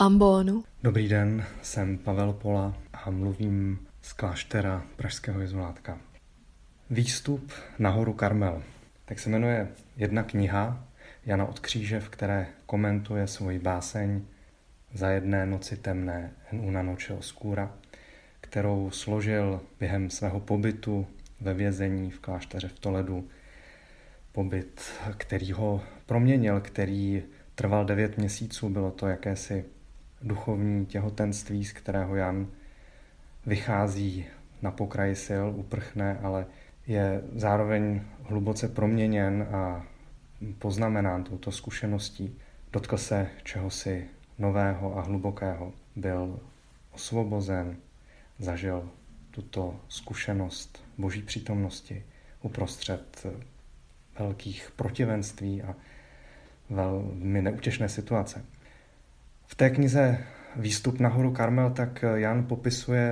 ambonu. Dobrý den, jsem Pavel Pola a mluvím z kláštera pražského jezulátka. Výstup na horu Karmel. Tak se jmenuje jedna kniha Jana od Kříže, v které komentuje svoji báseň Za jedné noci temné, en una noche oscura, kterou složil během svého pobytu ve vězení v klášteře v Toledu. Pobyt, který ho proměnil, který trval 9 měsíců. Bylo to jakési duchovní těhotenství, z kterého Jan vychází na pokraji sil, uprchne, ale je zároveň hluboce proměněn a poznamenán touto zkušeností. Dotkl se čehosi nového a hlubokého. Byl osvobozen, zažil tuto zkušenost Boží přítomnosti uprostřed velkých protivenství a velmi neutěšné situace. V té knize Výstup na horu Karmel tak Jan popisuje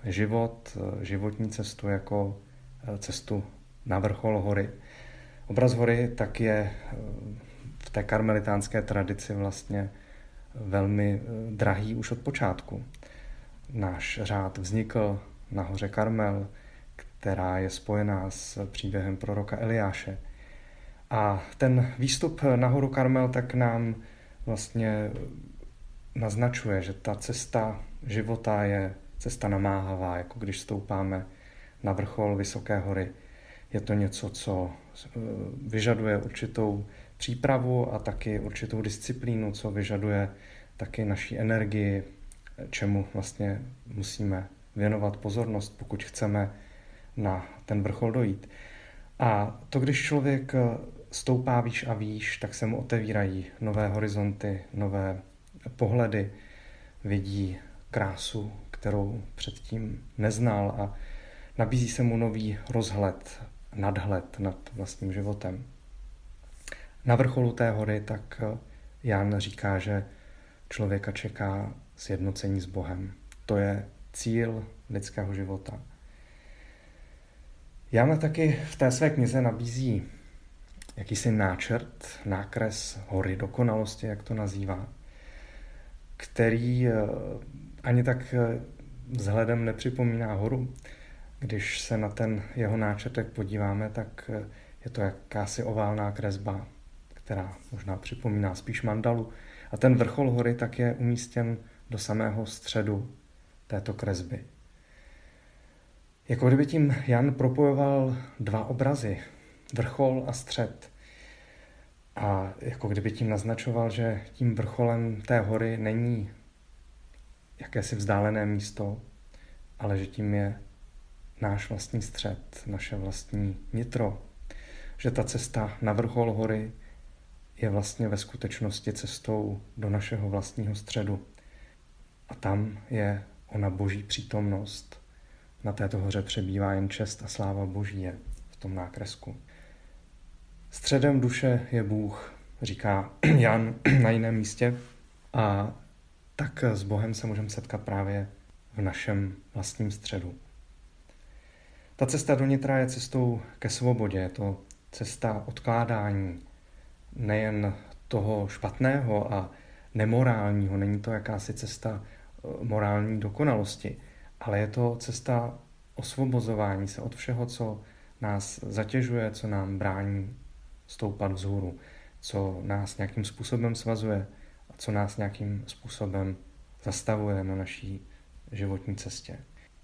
životní cestu jako cestu na vrchol hory. Obraz hory tak je v té karmelitánské tradici vlastně velmi drahý už od počátku. Náš řád vznikl na hoře Karmel, která je spojená s příběhem proroka Eliáše. A ten výstup na horu Karmel tak nám vlastně naznačuje, že ta cesta života je cesta namáhavá, jako když stoupáme na vrchol vysoké hory. Je to něco, co vyžaduje určitou přípravu a taky určitou disciplínu, co vyžaduje taky naší energii, čemu vlastně musíme věnovat pozornost, pokud chceme na ten vrchol dojít. A to, když člověk stoupá výš a výš, tak se mu otevírají nové horizonty, nové pohledy, vidí krásu, kterou předtím neznal a nabízí se mu nový rozhled, nadhled nad vlastním životem. Na vrcholu té hory tak Jan říká, že člověka čeká sjednocení s Bohem. To je cíl lidského života. Jan taky v té své knize nabízí jakýsi nákres hory dokonalosti, jak to nazývá, který ani tak vzhledem nepřipomíná horu. Když se na ten jeho náčrtek podíváme, tak je to jakási oválná kresba, která možná připomíná spíš mandalu. A ten vrchol hory tak je umístěn do samého středu této kresby. Jako kdyby tím Jan propojoval dva obrazy, vrchol a střed. A jako kdyby tím naznačoval, že tím vrcholem té hory není jakési vzdálené místo, ale že tím je náš vlastní střed, naše vlastní nitro. Že ta cesta na vrchol hory je vlastně ve skutečnosti cestou do našeho vlastního středu. A tam je ona Boží přítomnost. Na této hoře přebývá jen čest a sláva Boží je v tom nákresku. Středem duše je Bůh, říká Jan na jiném místě. A tak s Bohem se můžeme setkat právě v našem vlastním středu. Ta cesta do nitra je cestou ke svobodě, je to cesta odkládání nejen toho špatného a nemorálního, není to jakási cesta morální dokonalosti, ale je to cesta osvobozování se od všeho, co nás zatěžuje, co nám brání stoupat vzhůru, co nás nějakým způsobem svazuje a co nás nějakým způsobem zastavuje na naší životní cestě.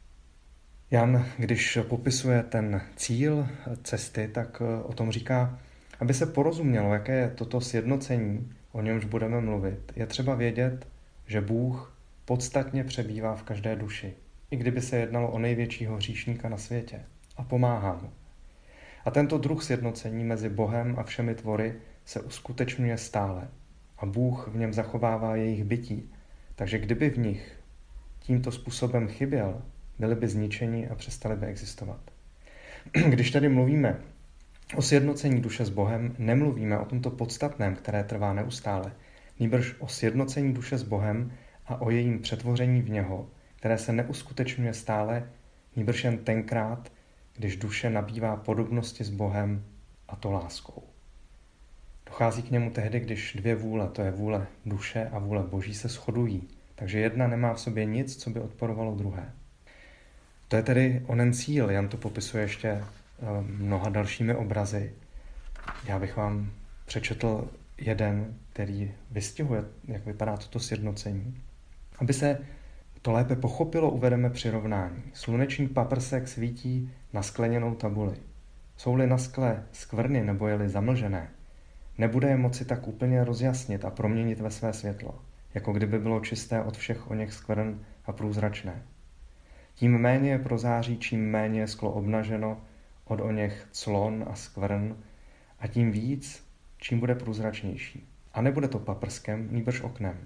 Jan, když popisuje ten cíl cesty, tak o tom říká, aby se porozumělo, jaké je toto sjednocení, o němž budeme mluvit. Je třeba vědět, že Bůh podstatně přebývá v každé duši, i kdyby se jednalo o největšího hříšníka na světě, a pomáhá mu. A tento druh sjednocení mezi Bohem a všemi tvory se uskutečňuje stále a Bůh v něm zachovává jejich bytí, takže kdyby v nich tímto způsobem chyběl, byli by zničeni a přestali by existovat. Když tedy mluvíme o sjednocení duše s Bohem, nemluvíme o tomto podstatném, které trvá neustále, nýbrž o sjednocení duše s Bohem a o jejím přetvoření v něho, které se neuskutečňuje stále, nýbrž jen tenkrát, když duše nabývá podobnosti s Bohem, a to láskou. Dochází k němu tehdy, když dvě vůle, to je vůle duše a vůle Boží, se shodují Takže jedna nemá v sobě nic, co by odporovalo druhé. To je tedy onen cíl. Jan to popisuje ještě mnoha dalšími obrazy. Já bych vám přečetl jeden, který vystihuje, jak vypadá toto sjednocení. Aby se to lépe pochopilo, uvedeme přirovnání. Sluneční paprsek svítí na skleněnou tabuli. Jsou-li na skle skvrny nebo je-li zamlžené, nebude je moci tak úplně rozjasnit a proměnit ve své světlo, jako kdyby bylo čisté od všech oněch skvrn a průzračné. Tím méně je prozáří, čím méně je sklo obnaženo od oněch clon a skvrn, a tím víc, čím bude průzračnější. A nebude to paprskem, nýbrž oknem.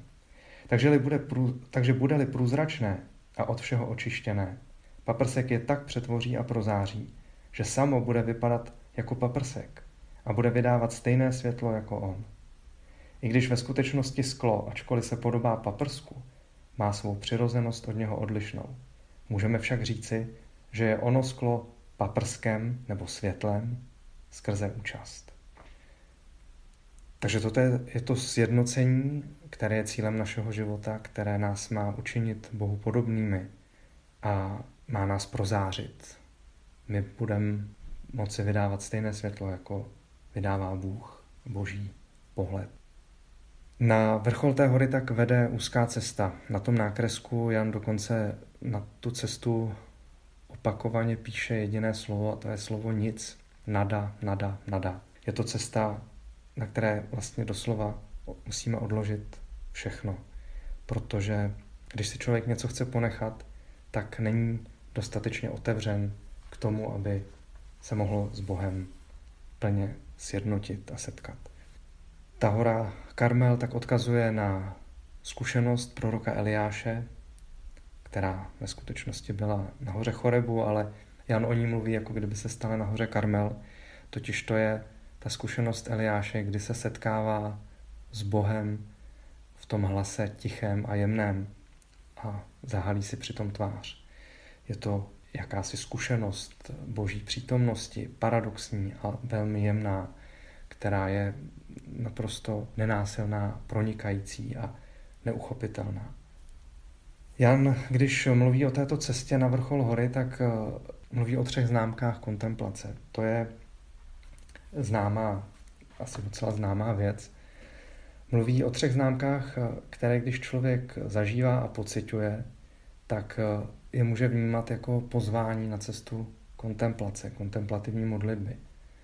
Takže bude-li průzračné a od všeho očištěné, paprsek je tak přetvoří a prozáří, že samo bude vypadat jako paprsek a bude vydávat stejné světlo jako on. I když ve skutečnosti sklo, ačkoliv se podobá paprsku, má svou přirozenost od něho odlišnou. Můžeme však říci, že je ono sklo paprskem nebo světlem skrze účast. Takže toto je to sjednocení, které je cílem našeho života, které nás má učinit Bohu podobnými a má nás prozářit. My budeme moci vydávat stejné světlo, jako vydává Bůh, Boží pohled. Na vrchol té hory tak vede úzká cesta. Na tom nákresku Jan dokonce na tu cestu opakovaně píše jediné slovo, a to je slovo nic. Nada, nada, nada. Je to cesta, na které vlastně doslova musíme odložit všechno. Protože když si člověk něco chce ponechat, tak není dostatečně otevřen k tomu, aby se mohl s Bohem plně sjednotit a setkat. Ta hora Karmel tak odkazuje na zkušenost proroka Eliáše, která ve skutečnosti byla na hoře Chorebu, ale Jan o ní mluví, jako kdyby se stala na hoře Karmel. Totiž to je ta zkušenost Eliáše, kdy se setkává s Bohem v tom hlase tichém a jemném a zahalí si přitom tvář. Je to jakási zkušenost Boží přítomnosti, paradoxní a velmi jemná, která je naprosto nenásilná, pronikající a neuchopitelná. Jan, když mluví o této cestě na vrchol hory, tak mluví o 3 známkách kontemplace. To je známá, asi docela známá věc. Mluví o 3 známkách, které když člověk zažívá a pociťuje, tak je může vnímat jako pozvání na cestu kontemplace, kontemplativní modlitby.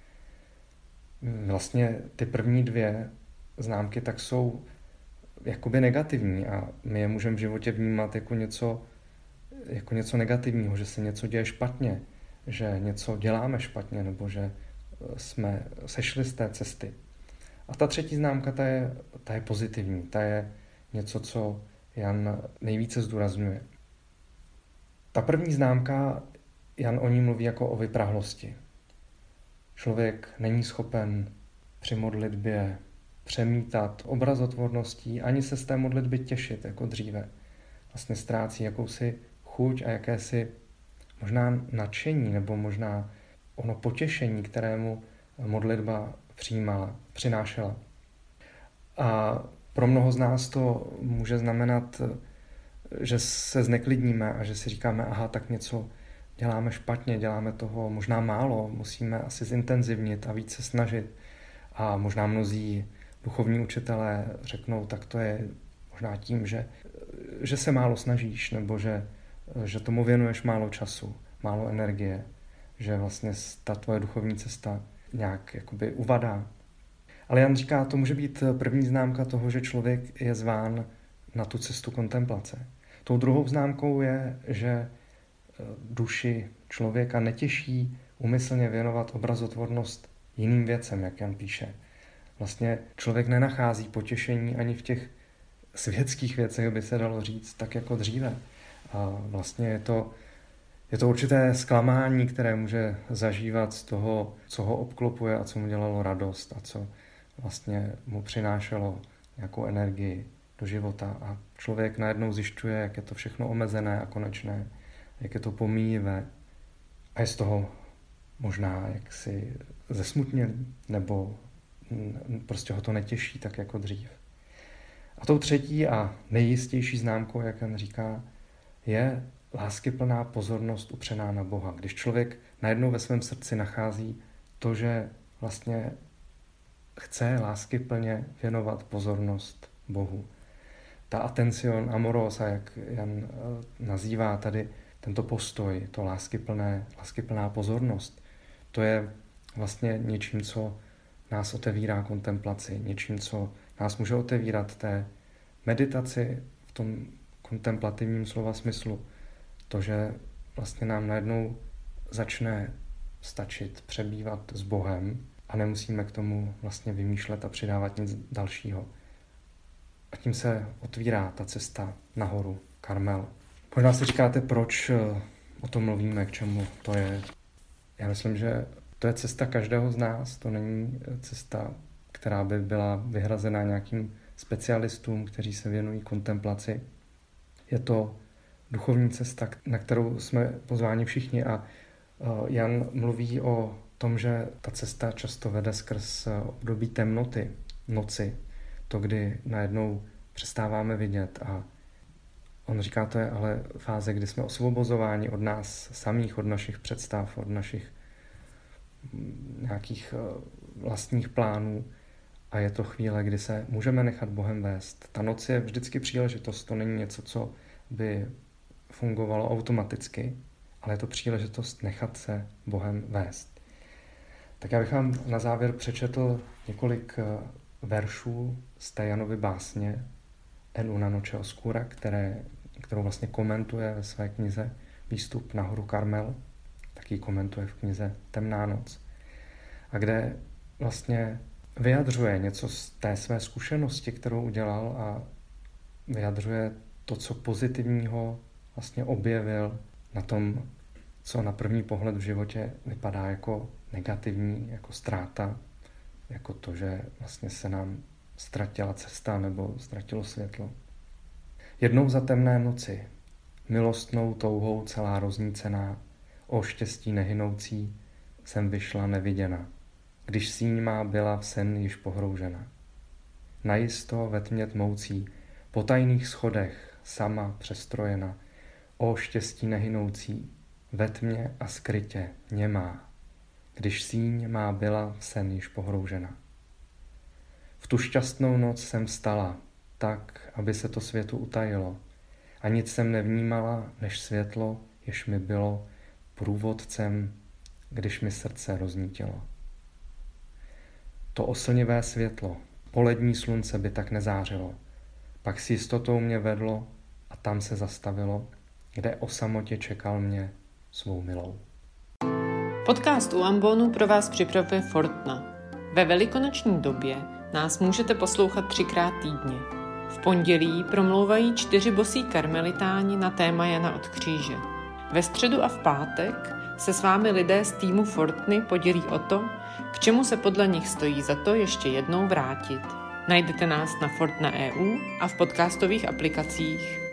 Vlastně ty první 2 známky tak jsou jakoby negativní a my je můžeme v životě vnímat jako něco negativního, že se něco děje špatně, že něco děláme špatně nebo že jsme sešli z té cesty. A ta 3. známka, ta je pozitivní, ta je něco, co Jan nejvíce zdůrazňuje. Ta první známka, Jan o ní mluví jako o vyprahlosti. Člověk není schopen při modlitbě přemítat obrazotvorností, ani se z té modlitby těšit jako dříve. Vlastně ztrácí jakousi chuť a jakési možná nadšení nebo možná ono potěšení, kterému modlitba přinášela. A pro mnoho z nás to může znamenat, že se zneklidníme a že si říkáme, aha, tak něco děláme špatně, děláme toho možná málo, musíme asi zintenzivnit a více snažit. A možná mnozí duchovní učitelé řeknou, tak to je možná tím, že se málo snažíš, nebo že tomu věnuješ málo času, málo energie, že vlastně ta tvoje duchovní cesta nějak jakoby uvadá. Ale Jan říká, to může být první známka toho, že člověk je zván na tu cestu kontemplace. Tou druhou známkou je, že duši člověka netěší úmyslně věnovat obrazotvornost jiným věcem, jak Jan píše. Vlastně člověk nenachází potěšení ani v těch světských věcech, by se dalo říct, tak jako dříve. A vlastně je to určité zklamání, které může zažívat z toho, co ho obklopuje a co mu dělalo radost a co vlastně mu přinášelo nějakou energii do života. A člověk najednou zjišťuje, jak je to všechno omezené a konečné, jak je to pomíjivé a je z toho možná jaksi zesmutnělý, nebo prostě ho to netěší tak jako dřív. A tou třetí a nejjistější známkou, jak Jan říká, je láskyplná pozornost upřená na Boha. Když člověk najednou ve svém srdci nachází to, že vlastně chce láskyplně věnovat pozornost Bohu. Ta attention amorosa, jak Jan nazývá tady tento postoj, to láskyplná pozornost, to je vlastně něčím, co nás otevírá kontemplaci, něčím, co nás může otevírat té meditaci v tom kontemplativním slova smyslu. To, že vlastně nám najednou začne stačit přebývat s Bohem a nemusíme k tomu vlastně vymýšlet a přidávat nic dalšího. A tím se otvírá ta cesta nahoru, Karmel. Možná si říkáte, proč o tom mluvíme, k čemu to je. Já myslím, že to je cesta každého z nás, to není cesta, která by byla vyhrazená nějakým specialistům, kteří se věnují kontemplaci. Je to duchovní cesta, na kterou jsme pozváni všichni a Jan mluví o tom, že ta cesta často vede skrz období temnoty, noci, to, kdy najednou přestáváme vidět a on říká, to je ale fáze, kdy jsme osvobozováni od nás samých, od našich představ, od našich nějakých vlastních plánů a je to chvíle, kdy se můžeme nechat Bohem vést. Ta noc je vždycky příležitost, to není něco, co by fungovalo automaticky, ale je to příležitost nechat se Bohem vést. Tak já bych vám na závěr přečetl několik veršů z té Janovy básně En una noche oscura, kterou vlastně komentuje ve své knize Výstup na horu Karmel, taky komentuje v knize Temná noc, a kde vlastně vyjadřuje něco z té své zkušenosti, kterou udělal a vyjadřuje to, co pozitivního vlastně objevil na tom, co na první pohled v životě vypadá jako negativní, jako ztráta, jako to, že vlastně se nám ztratila cesta nebo ztratilo světlo. Jednou za temné noci, milostnou touhou celá roznícená, o štěstí nehynoucí, jsem vyšla neviděna, když síň má byla v sen již pohroužena. Najisto ve tmě tmoucí, po tajných schodech, sama přestrojena, o štěstí nehynoucí, ve tmě a skrytě němá, když síň má byla v sen již pohroužena. V tu šťastnou noc jsem vstala, tak, aby se to světu utajilo, a nic jsem nevnímala, než světlo, jež mi bylo průvodcem, když mi srdce roznítilo. To oslnivé světlo, polední slunce by tak nezářilo, pak s jistotou mě vedlo a tam se zastavilo, kde o samotě čekal mě svou milou. Podcast u Ambonu pro vás připravuje Fortna. Ve velikonoční době nás můžete poslouchat 3krát týdně. V pondělí promlouvají 4 bosí karmelitáni na téma Jana od kříže. Ve středu a v pátek se s vámi lidé z týmu Fortny podělí o to, k čemu se podle nich stojí za to ještě jednou vrátit. Najdete nás na Fortna.eu a v podcastových aplikacích.